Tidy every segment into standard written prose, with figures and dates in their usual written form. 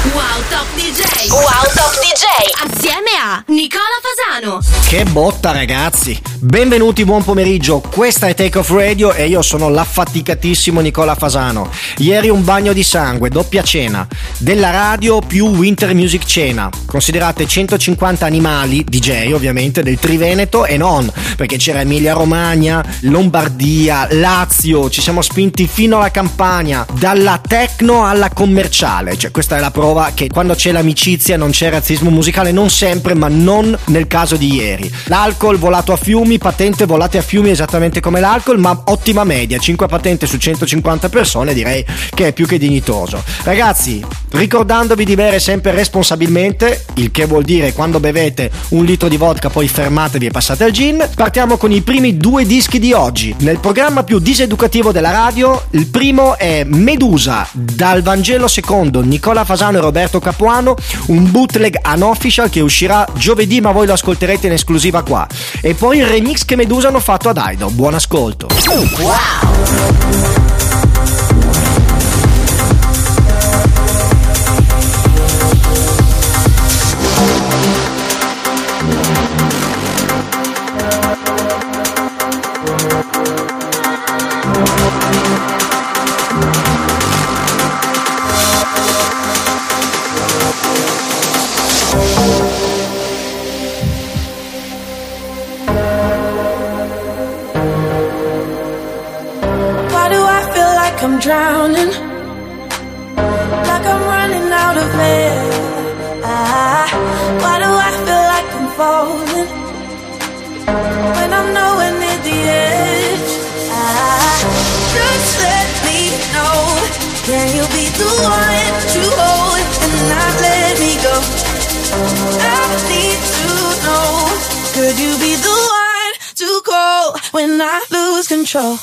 Wow Top DJ. Wow Top DJ. Assieme a Nicola Fasano. Che botta ragazzi. Benvenuti, buon pomeriggio. Questa è Take Off Radio e io sono l'affaticatissimo Nicola Fasano. Ieri un bagno di sangue, doppia cena della radio più Winter Music Cena. Considerate 150 animali DJ ovviamente del Triveneto e non, perché c'era Emilia Romagna, Lombardia, Lazio, ci siamo spinti fino alla Campania, dalla techno alla commerciale. Cioè questa è la prova che quando c'è l'amicizia non c'è razzismo musicale, non sempre, ma non nel caso di ieri. L'alcol volato a fiumi, patente volate a fiumi esattamente come l'alcol, ma ottima media, 5 patente su 150 persone, direi che è più che dignitoso. Ragazzi, ricordandovi di bere sempre responsabilmente, il che vuol dire quando bevete un litro di vodka poi fermatevi e passate al gin. Partiamo con i primi due dischi di oggi nel programma più diseducativo della radio. Il primo è Medusa dal Vangelo secondo Nicola Fasano e Roberto Capuano, un bootleg unofficial che uscirà giovedì, ma voi lo ascolterete in esclusiva qua. E poi il remix che Medusa hanno fatto ad Aido. Buon ascolto. Wow. I'm drowning, like I'm running out of air. Why do I feel like I'm falling when I'm nowhere near the edge? Just let me know, can you be the one to hold and not let me go? I need to know, could you be the one to call when I lose control?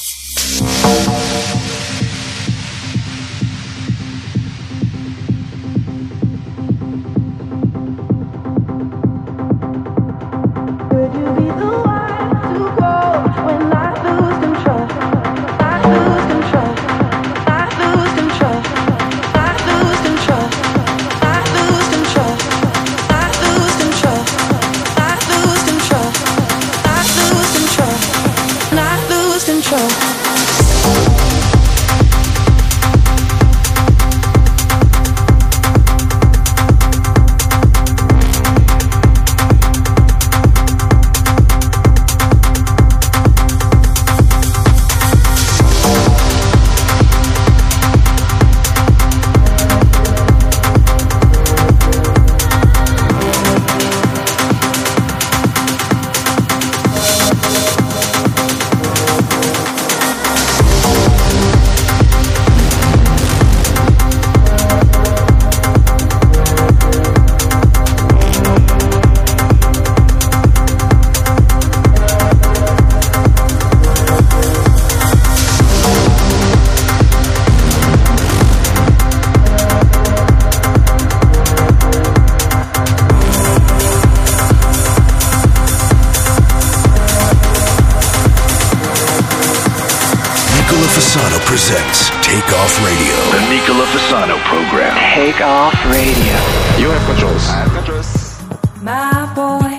Fasano presents Take Off Radio. The Nicola Fasano program. Take Off Radio. You have controls. I have controls. My boy,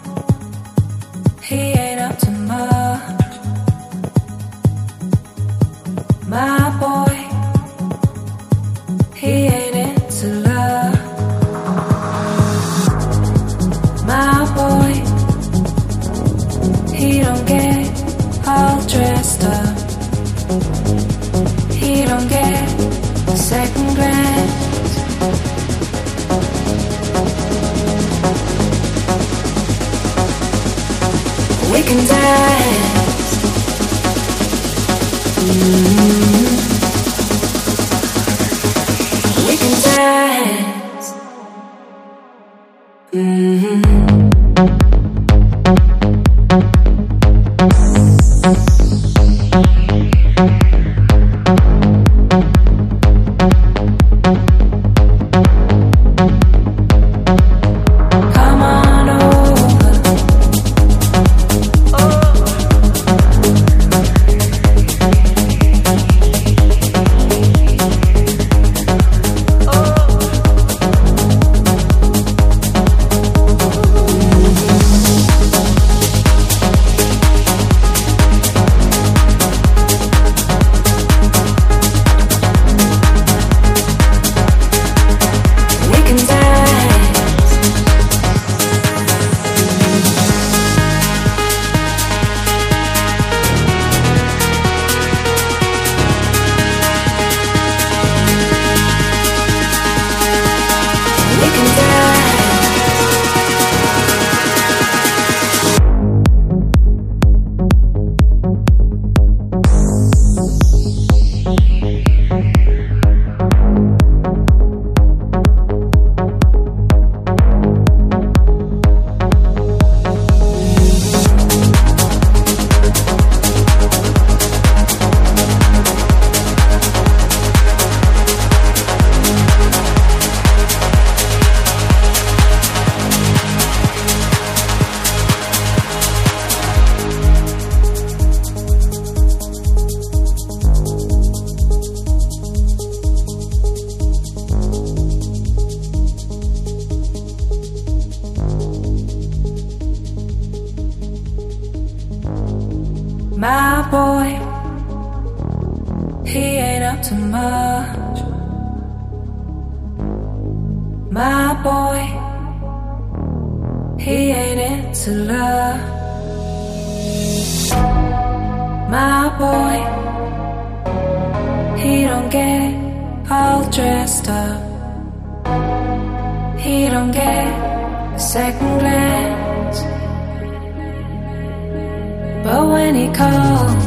he ain't up to much. My boy, he ain't into love. My boy, he don't get all dressed up. He don't get a second glance. My boy, he ain't up to much. My boy, he ain't into love. My boy, he don't get all dressed up. He don't get a second glance. But when he calls,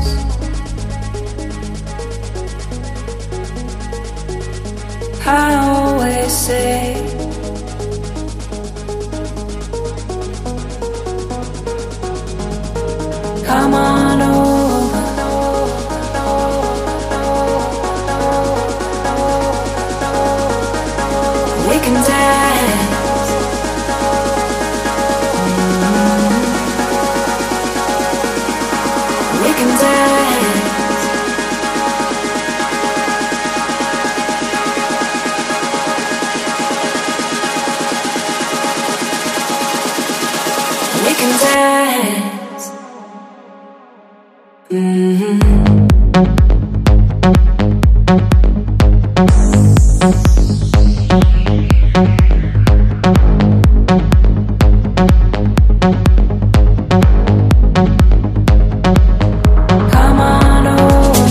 I always say, come on over. We can dance. We can dance. We can dance. Come on over.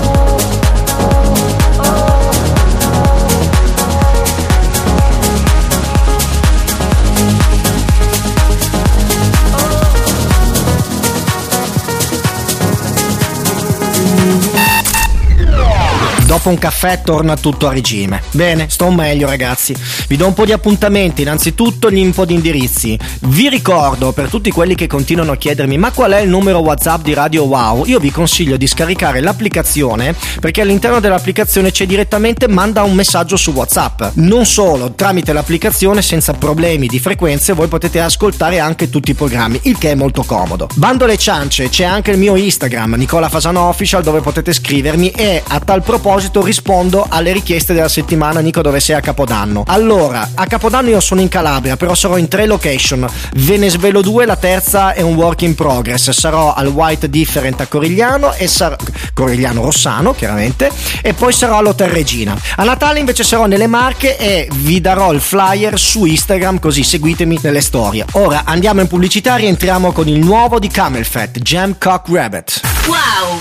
Dopo un caffè torna tutto a regime. Bene, sto meglio ragazzi. Vi do un po' di appuntamenti, innanzitutto un po' di indirizzi. Vi ricordo, per tutti quelli che continuano a chiedermi ma qual è il numero WhatsApp di Radio Wow, io vi consiglio di scaricare l'applicazione, perché all'interno dell'applicazione c'è direttamente manda un messaggio su WhatsApp. Non solo, tramite l'applicazione senza problemi di frequenze voi potete ascoltare anche tutti i programmi, il che è molto comodo. Bando alle ciance, c'è anche il mio Instagram, Nicola Fasano Official, dove potete scrivermi e a tal proposito rispondo alle richieste della settimana. Nico, dove sei a Capodanno? Allora, a Capodanno io sono in Calabria, però sarò in 3 location. Ve ne svelo 2, la terza è un work in progress. Sarò al White Different a Corigliano e Corigliano Rossano, chiaramente, e poi sarò all'Hotel Regina. A Natale invece sarò nelle Marche e vi darò il flyer su Instagram, così seguitemi nelle storie. Ora andiamo in pubblicità, rientriamo con il nuovo di Camel Fat, Jam Cock Rabbit. Wow!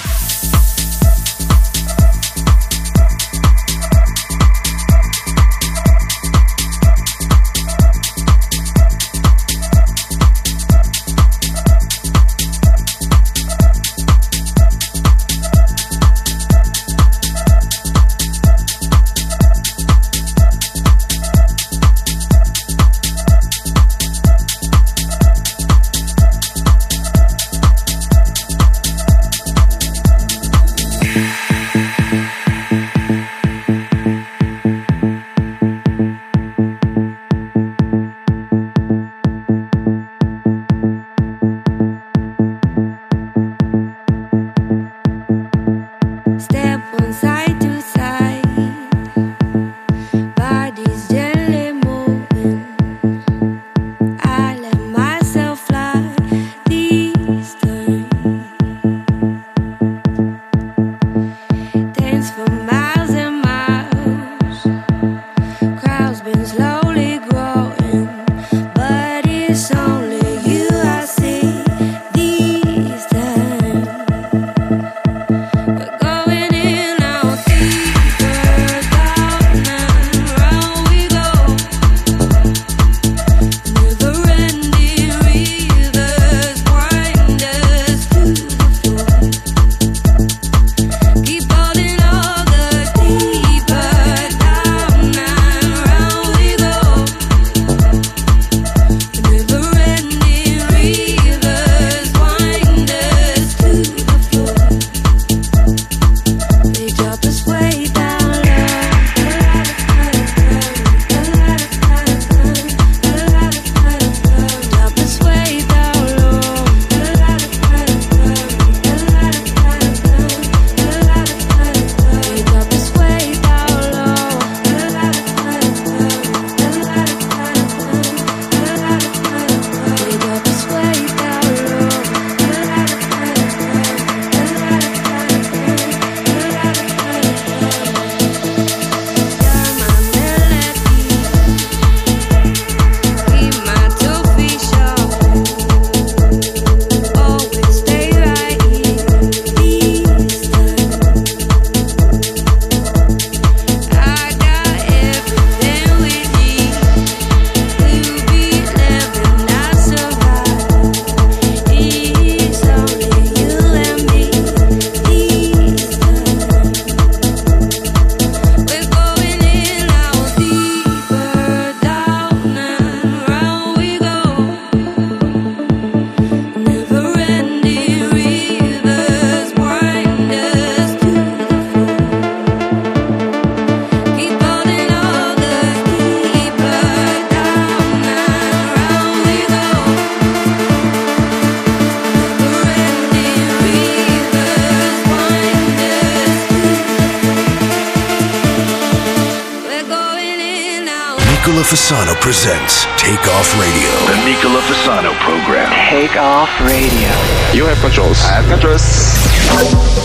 Nicola Fasano presents Take Off Radio. The Nicola Fasano program. Take Off Radio. You have controls. I have controls.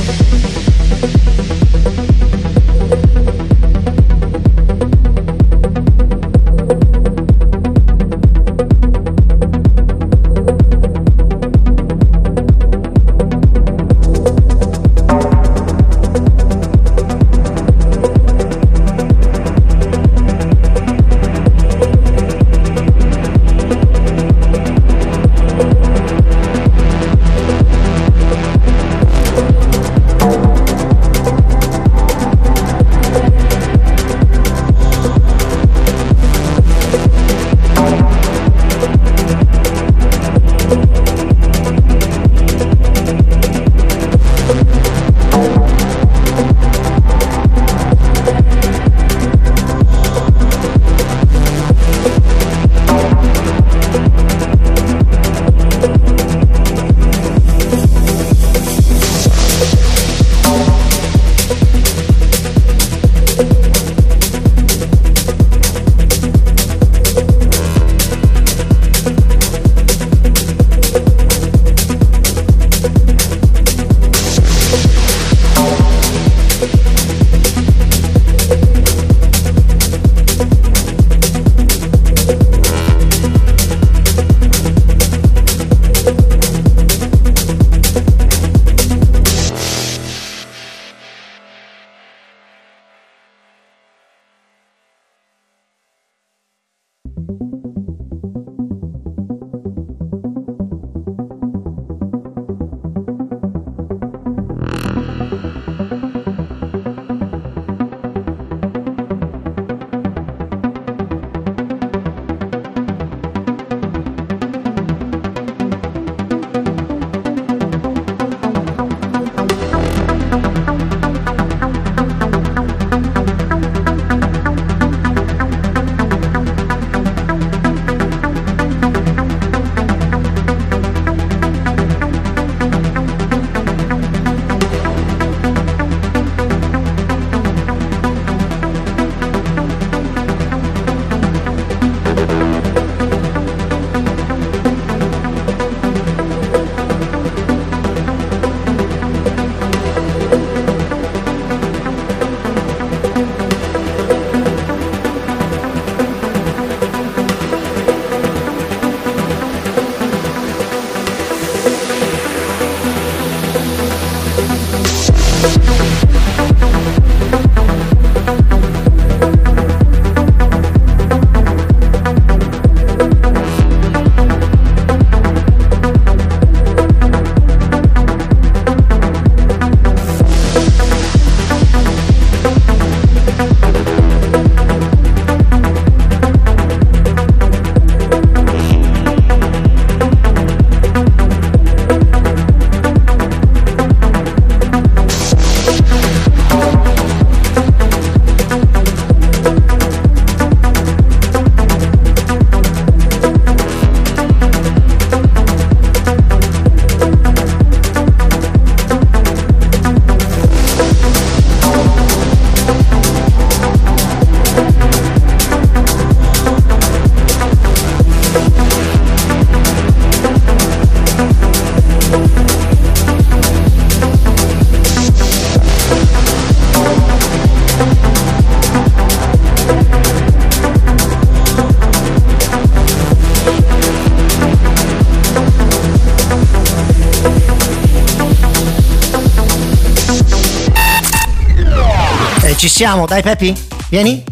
Ci siamo, dai Pepi, vieni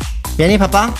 papà.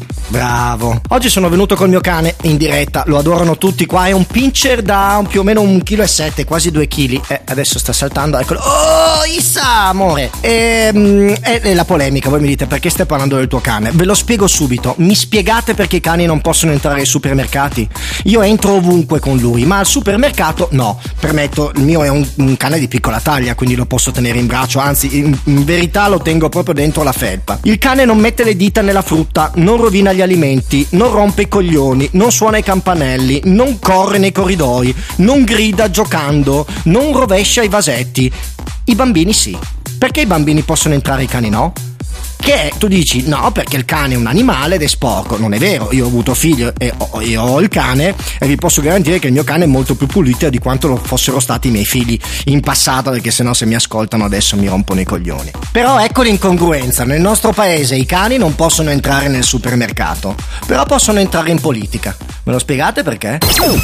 Bravo. Oggi sono venuto col mio cane in diretta, lo adorano tutti qua, è un pincher da più o meno 1,7 kg, quasi 2 kg. Adesso sta saltando, eccolo. Oh, Issa, amore. È la polemica, voi mi dite perché stai parlando del tuo cane? Ve lo spiego subito. Mi spiegate perché i cani non possono entrare ai supermercati? Io entro ovunque con lui, ma al supermercato no. Permetto, il mio è un cane di piccola taglia, quindi lo posso tenere in braccio, anzi in verità lo tengo proprio dentro la felpa. Il cane non mette le dita nella frutta, non rovina gli alimenti, non rompe i coglioni, non suona i campanelli, non corre nei corridoi, non grida giocando, non rovescia i vasetti. I bambini sì. Perché i bambini possono entrare e i cani no? Che tu dici no, perché il cane è un animale ed è sporco. Non è vero, io ho avuto figlio e io ho il cane e vi posso garantire che il mio cane è molto più pulito di quanto lo fossero stati i miei figli in passato, perché sennò se mi ascoltano adesso mi rompono i coglioni. Però ecco l'incongruenza: nel nostro paese i cani non possono entrare nel supermercato, però possono entrare in politica. Me lo spiegate perché?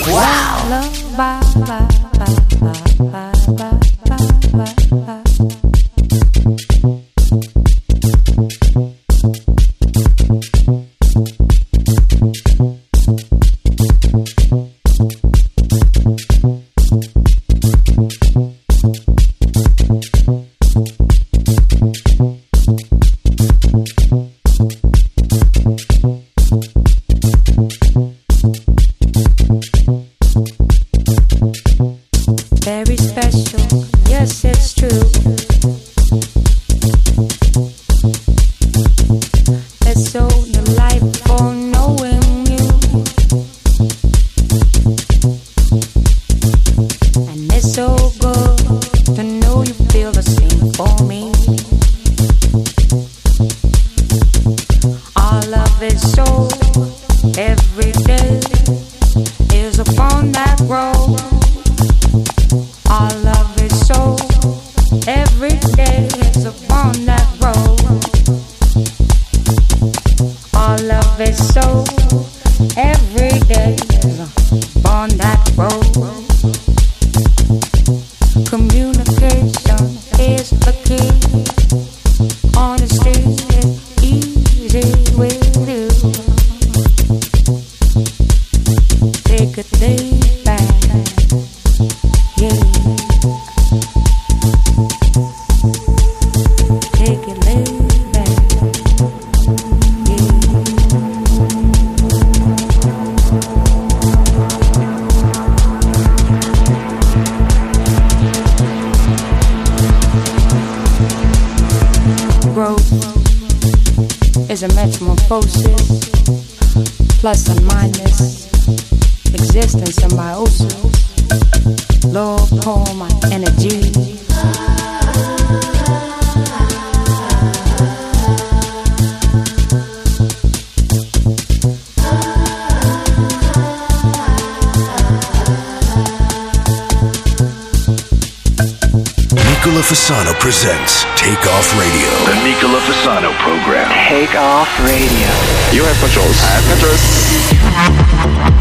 Very special, yes, it's true. It's so delightful knowing you, and it's so good to know you feel the same for me. Our love is so every day is upon that road. Our love is so every day is upon that road. Our love is so every day is upon that road. Communication is the key. Honesty is easy with you. Take a day back. Is a metamorphosis, plus and minus, existence symbiosis. Lord, pour my energy. Nicola Fasano presents Take Off Radio. The Nicola Fasano program. Take Off Radio. You have controls. I have controls.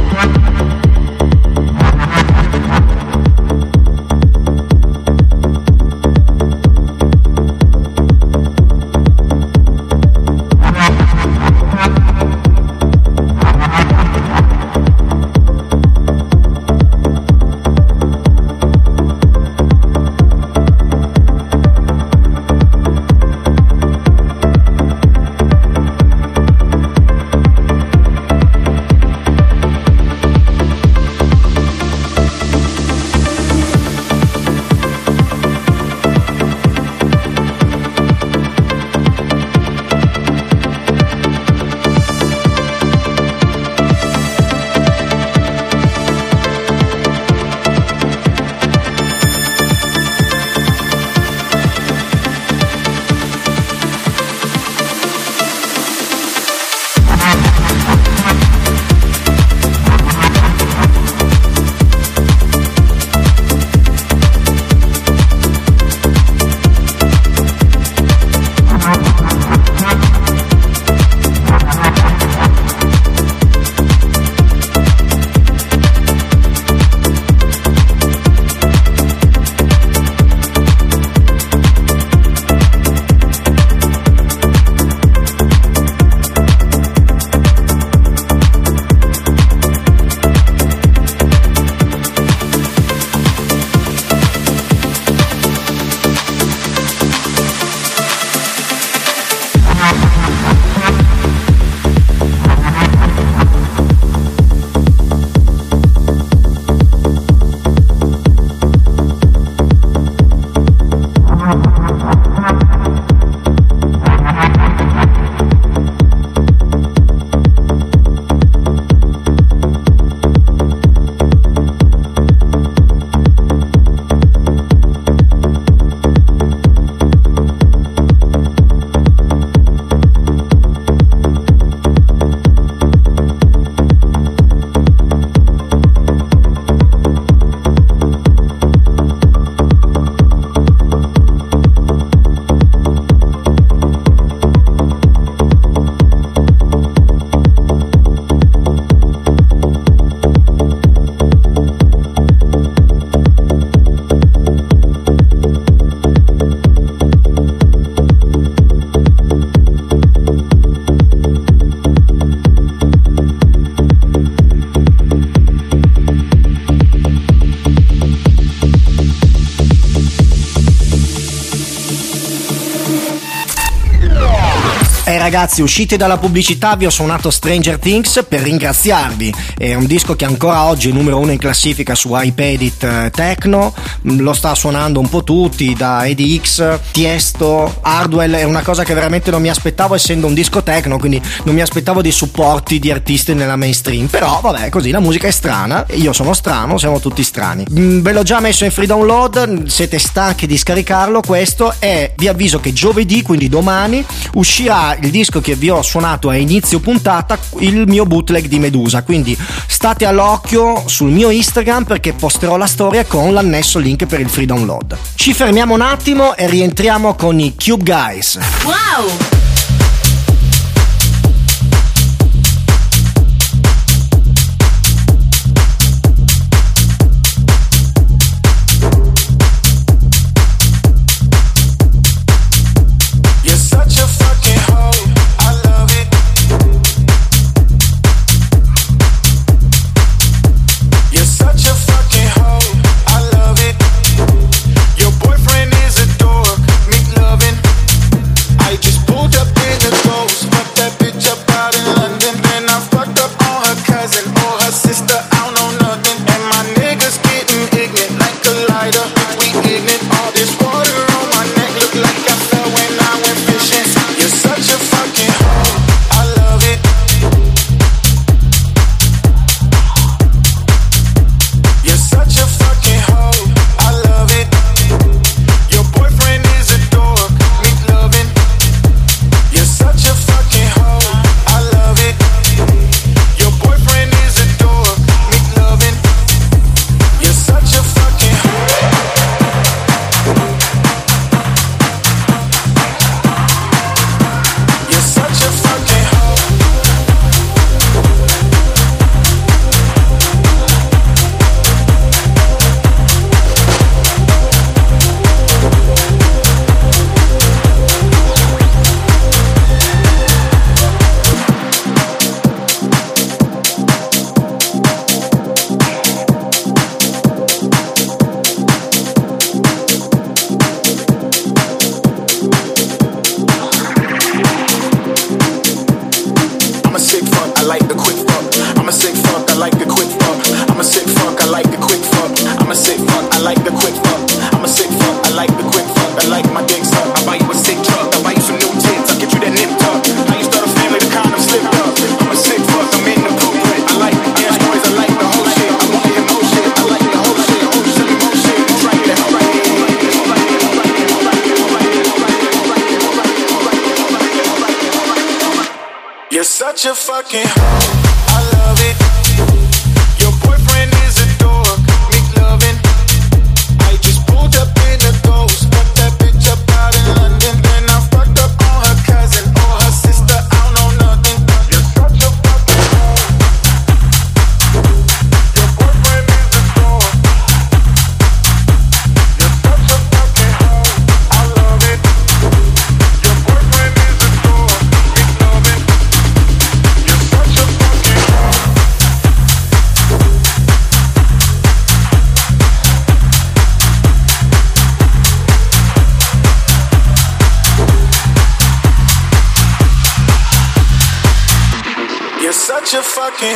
ragazzi, usciti dalla pubblicità vi ho suonato Stranger Things per ringraziarvi. È un disco che ancora oggi è numero 1 in classifica su iPadit Techno, lo sta suonando un po' tutti, da Eddie X, Tiesto, Hardwell. È una cosa che veramente non mi aspettavo, essendo un disco techno, quindi non mi aspettavo dei supporti di artisti nella mainstream. Però vabbè, così la musica è strana, io sono strano, siamo tutti strani. Ve l'ho già messo in free download, siete stanchi di scaricarlo questo, e vi avviso che giovedì, quindi domani, uscirà il disco che vi ho suonato a inizio puntata, il mio bootleg di Medusa, quindi state all'occhio sul mio Instagram perché posterò la storia con l'annesso link per il free download. Ci fermiamo un attimo e rientriamo con i Cube Guys. Wow! Such a fucking hoe, I love it. Your boyfriend is a dork, make loving. I just pulled up in a ghost, got that bitch up out in London. Then I fucked up on her cousin or her sister, I don't know nothing. You're such a fucking hoe. Your boyfriend is a dork. You're such a fucking hoe, I love it. Your boyfriend is a dork, make loving. You're such a fucking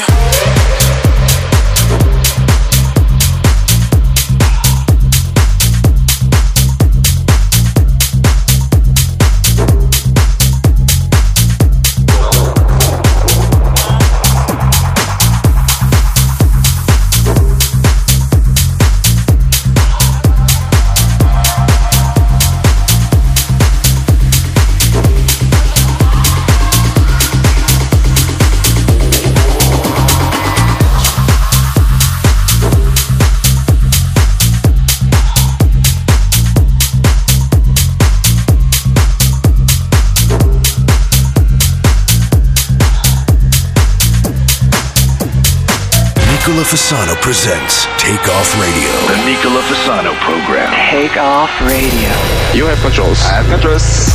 Nicola Fasano presents Take Off Radio. The Nicola Fasano program. Take Off Radio. You have controls. I have controls.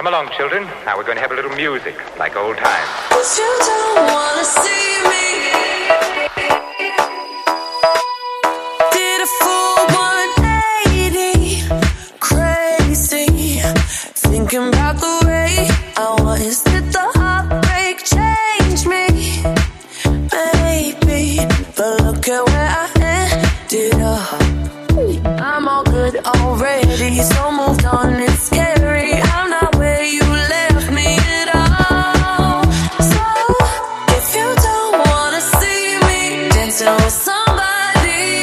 Come along, children. Now we're going to have a little music, like old times. But you don't wanna see me. Did a full 180, crazy, thinking about the way I was. Did the heartbreak change me? Maybe, but look at where I ended up. I'm all good already, so moved on, it's scary. I'm not where you left me at all. So, if you don't wanna see me dancing with somebody,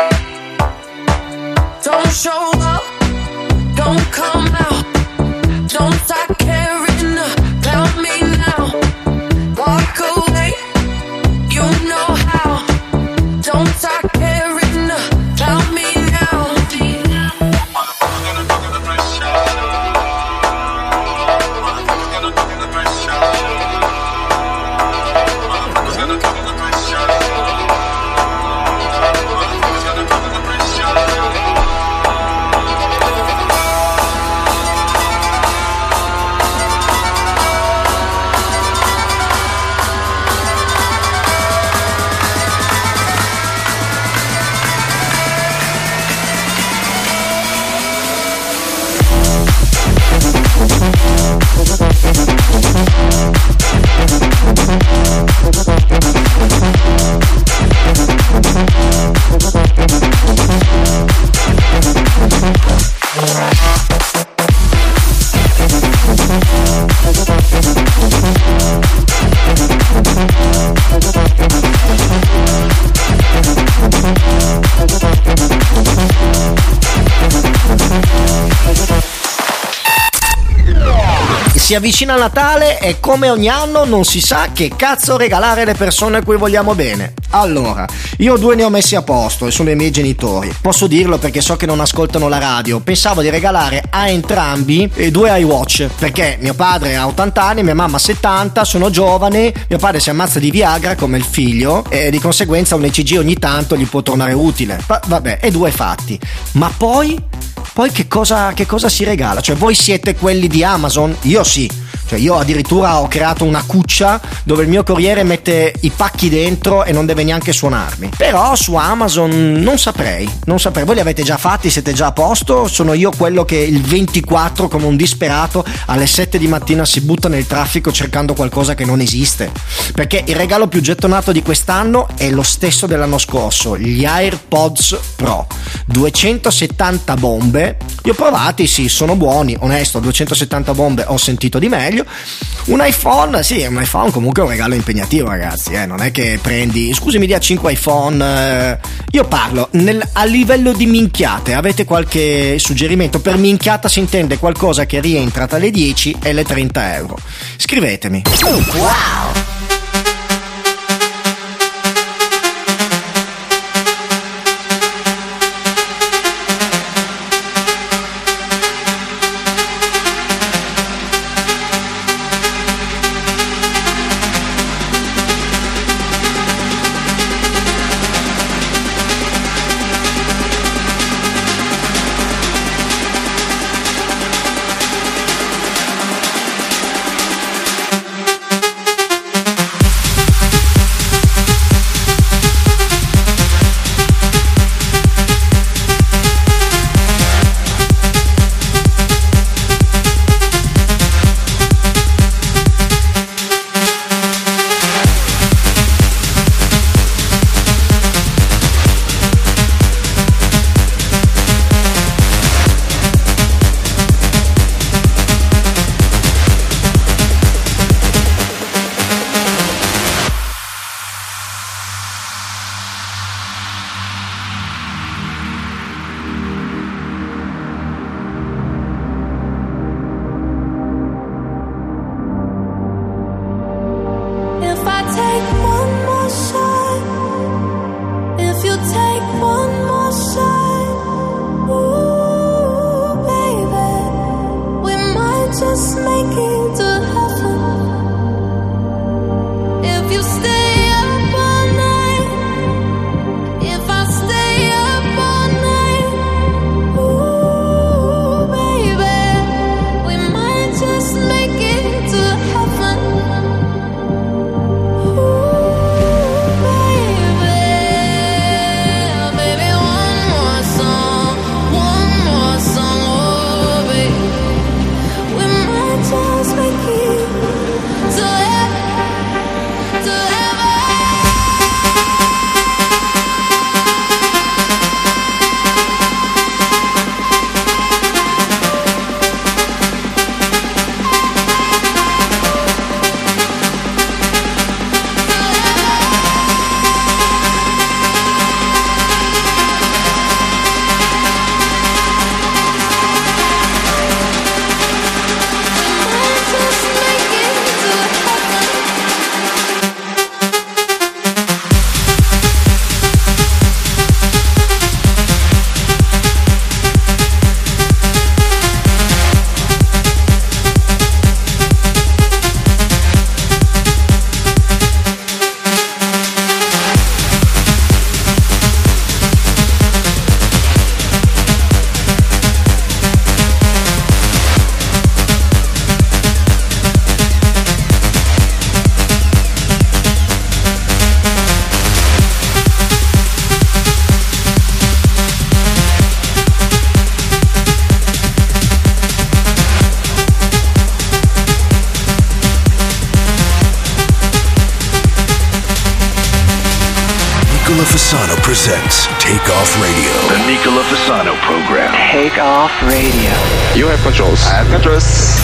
don't show up, don't come out, don't start caring about me now. Walk away, you know how. Don't start caring about me now. Si avvicina Natale e come ogni anno non si sa che cazzo regalare alle persone a cui vogliamo bene. Allora, io 2 ne ho messi a posto e sono i miei genitori. Posso dirlo perché so che non ascoltano la radio. Pensavo di regalare a entrambi 2 iWatch, perché mio padre ha 80 anni, mia mamma 70, sono giovane, mio padre si ammazza di Viagra come il figlio e di conseguenza un ECG ogni tanto gli può tornare utile. Vabbè, e 2 fatti. Ma poi che cosa si regala? Cioè, voi siete quelli di Amazon? Io sì. Cioè, io addirittura ho creato una cuccia dove il mio corriere mette i pacchi dentro e non deve neanche suonarmi. Però su Amazon non saprei. Voi li avete già fatti? Siete già a posto? Sono io quello che il 24 come un disperato alle 7 di mattina si butta nel traffico cercando qualcosa che non esiste? Perché il regalo più gettonato di quest'anno è lo stesso dell'anno scorso, gli AirPods Pro. 270 bombe. Li ho provati, sì, sono buoni, onesto, 270 bombe ho sentito di meglio. Un iPhone, sì, un iPhone comunque è un regalo impegnativo, ragazzi, non è che prendi, scusi, mi dia 5 iPhone. Io parlo a livello di minchiate. Avete qualche suggerimento? Per minchiata si intende qualcosa che rientra tra le 10 e le 30 euro. Scrivetemi. Wow! Nicola Fasano presents Take Off Radio. The Nicola Fasano program. Take Off Radio. You have controls. I have controls.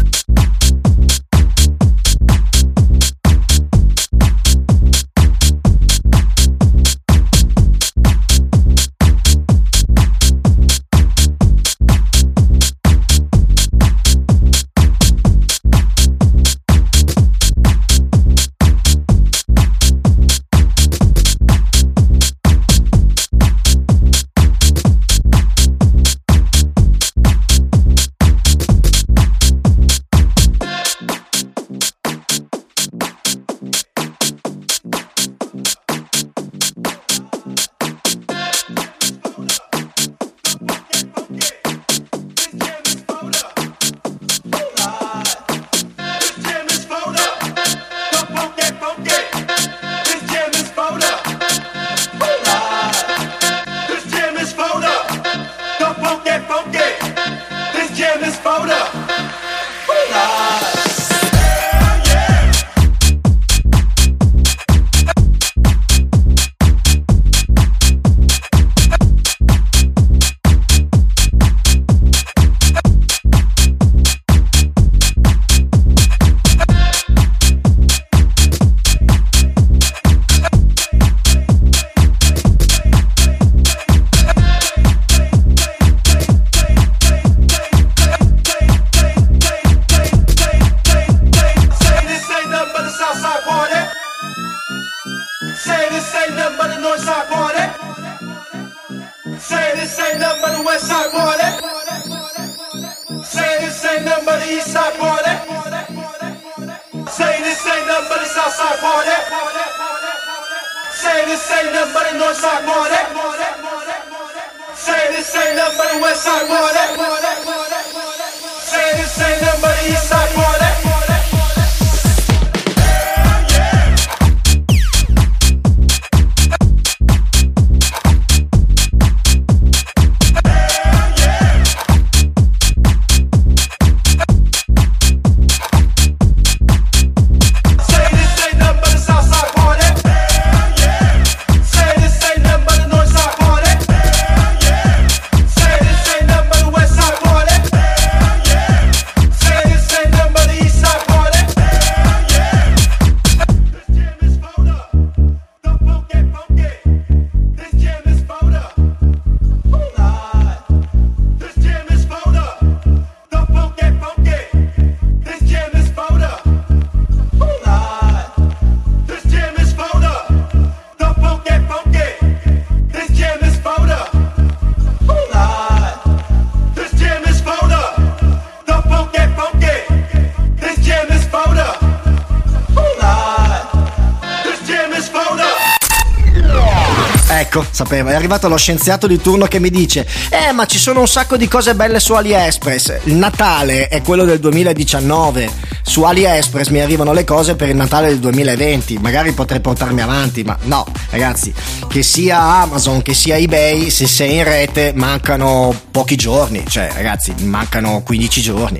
Ecco, sapevo, è arrivato lo scienziato di turno che mi dice ma ci sono un sacco di cose belle su AliExpress. Il Natale è quello del 2019, su AliExpress mi arrivano le cose per il Natale del 2020, magari potrei portarmi avanti, ma no ragazzi, che sia Amazon che sia eBay, se sei in rete mancano pochi giorni, cioè ragazzi mancano 15 giorni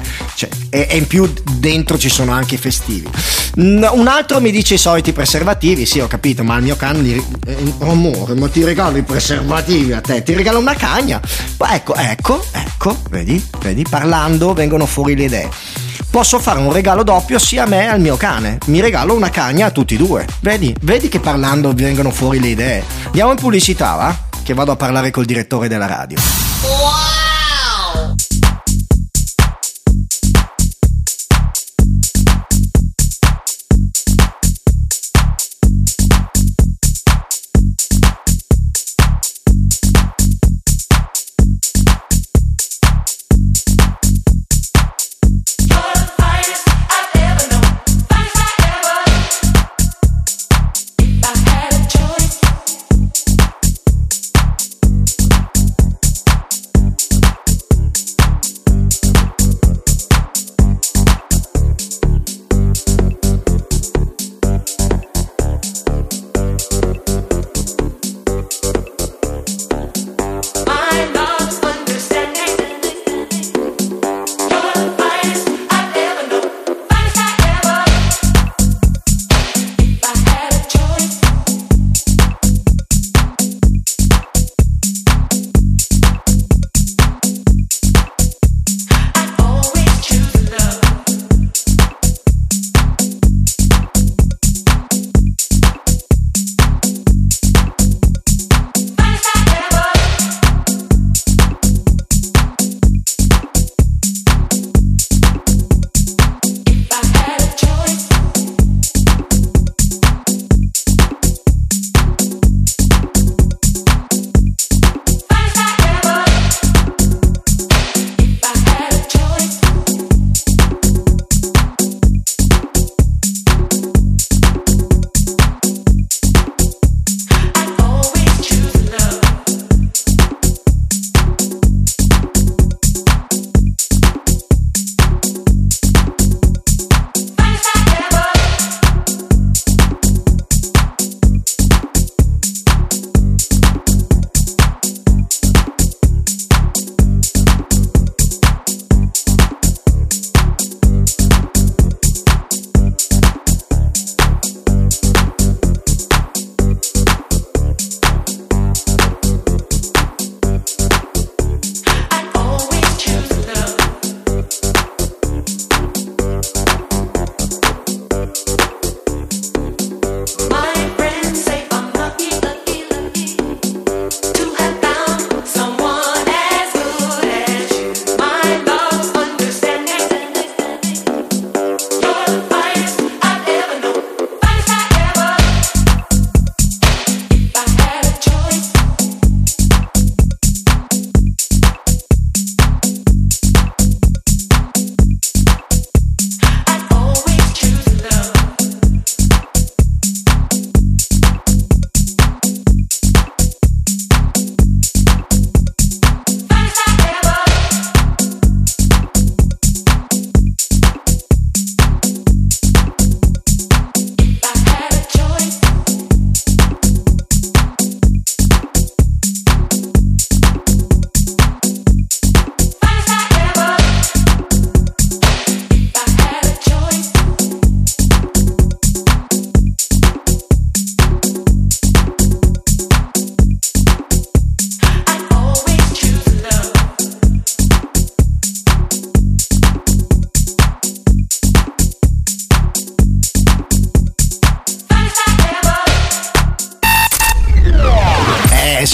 e in più dentro ci sono anche i festivi. Un altro mi dice i soliti preservativi, sì ho capito, ma al mio cane amore, ma ti regalo i preservativi a te, ti regalo una cagna. Ecco, vedi, parlando vengono fuori le idee. Posso fare un regalo doppio sia a me che al mio cane, mi regalo una cagna a tutti e due. Vedi che parlando vengono fuori le idee. Andiamo in pubblicità, va? Che vado a parlare col direttore della radio.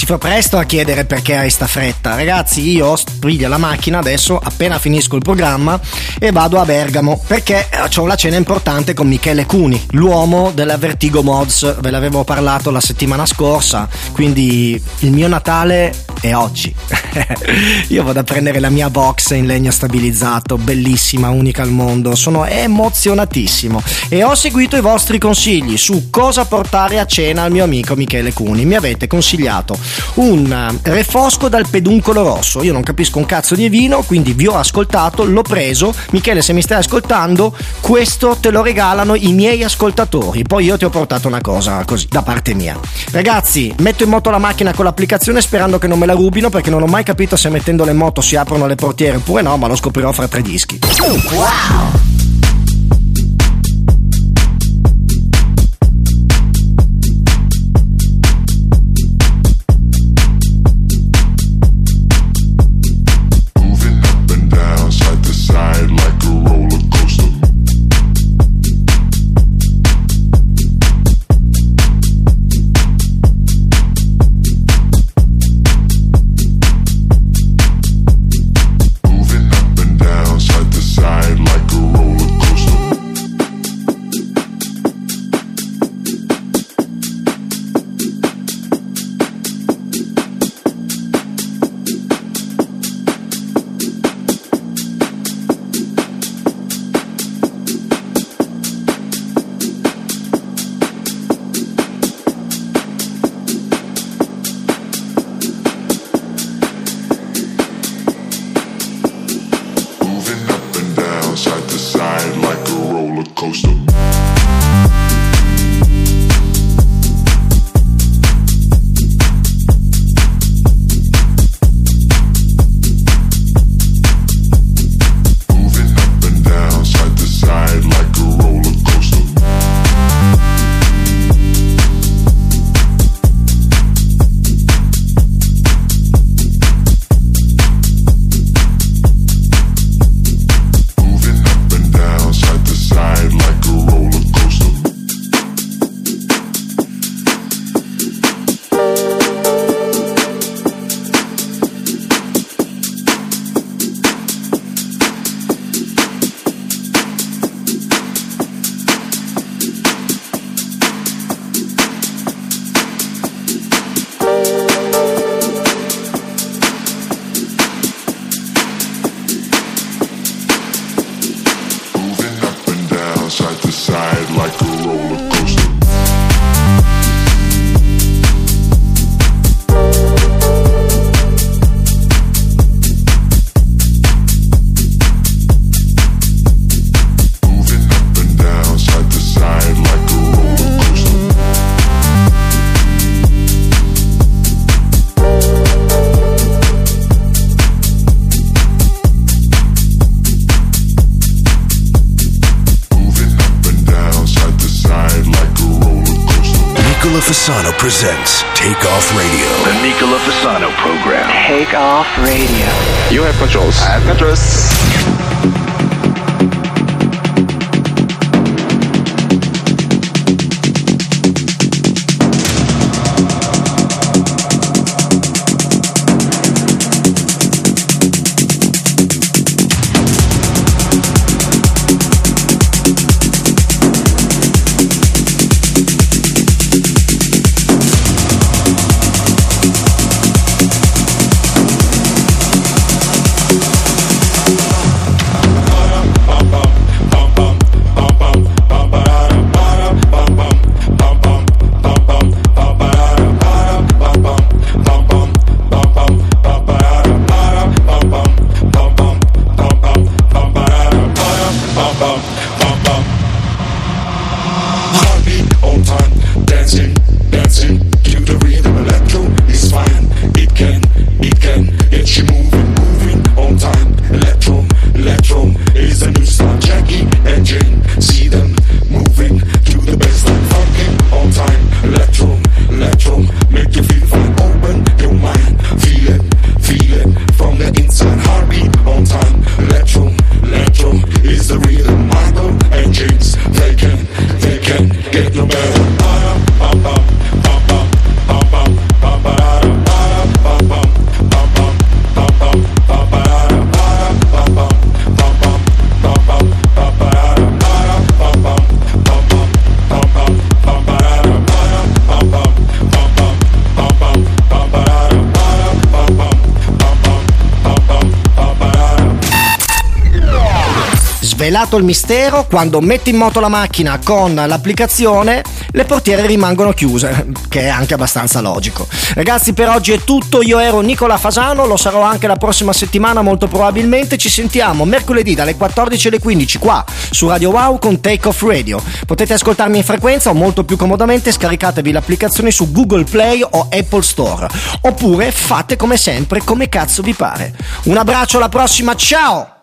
si fa presto a chiedere perché hai sta fretta. Ragazzi, io piglio la macchina adesso appena finisco il programma e vado a Bergamo perché ho la cena importante con Michele Cuni, l'uomo della Vertigo Mods. Ve l'avevo parlato la settimana scorsa, quindi il mio Natale è oggi. Io vado a prendere la mia box in legno stabilizzato, bellissima, unica al mondo. Sono emozionatissimo e ho seguito i vostri consigli su cosa portare a cena al mio amico Michele Cuni. Mi avete consigliato un refosco dal peduncolo rosso. Io non capisco un cazzo di vino, quindi vi ho ascoltato, l'ho preso. Michele, se mi stai ascoltando, questo te lo regalano i miei ascoltatori. Poi io ti ho portato una cosa così da parte mia. Ragazzi, metto in moto la macchina con l'applicazione sperando che non me la rubino, perché non ho mai capito se mettendo le moto si aprono le portiere oppure no, ma lo scoprirò fra 3 dischi. Wow! Fasano presents Take Off Radio. The Nicola Fasano program. Take Off Radio. You have controls. I have controls. Get no better. svelato il mistero, quando metti in moto la macchina con l'applicazione le portiere rimangono chiuse, che è anche abbastanza logico. Ragazzi, per oggi è tutto. Io ero Nicola Fasano, lo sarò anche la prossima settimana molto probabilmente. Ci sentiamo mercoledì dalle 14 alle 15 qua su Radio Wow con Take Off Radio. Potete ascoltarmi in frequenza o molto più comodamente scaricatevi l'applicazione su Google Play o Apple Store, oppure fate come sempre come cazzo vi pare. Un abbraccio, alla prossima, ciao!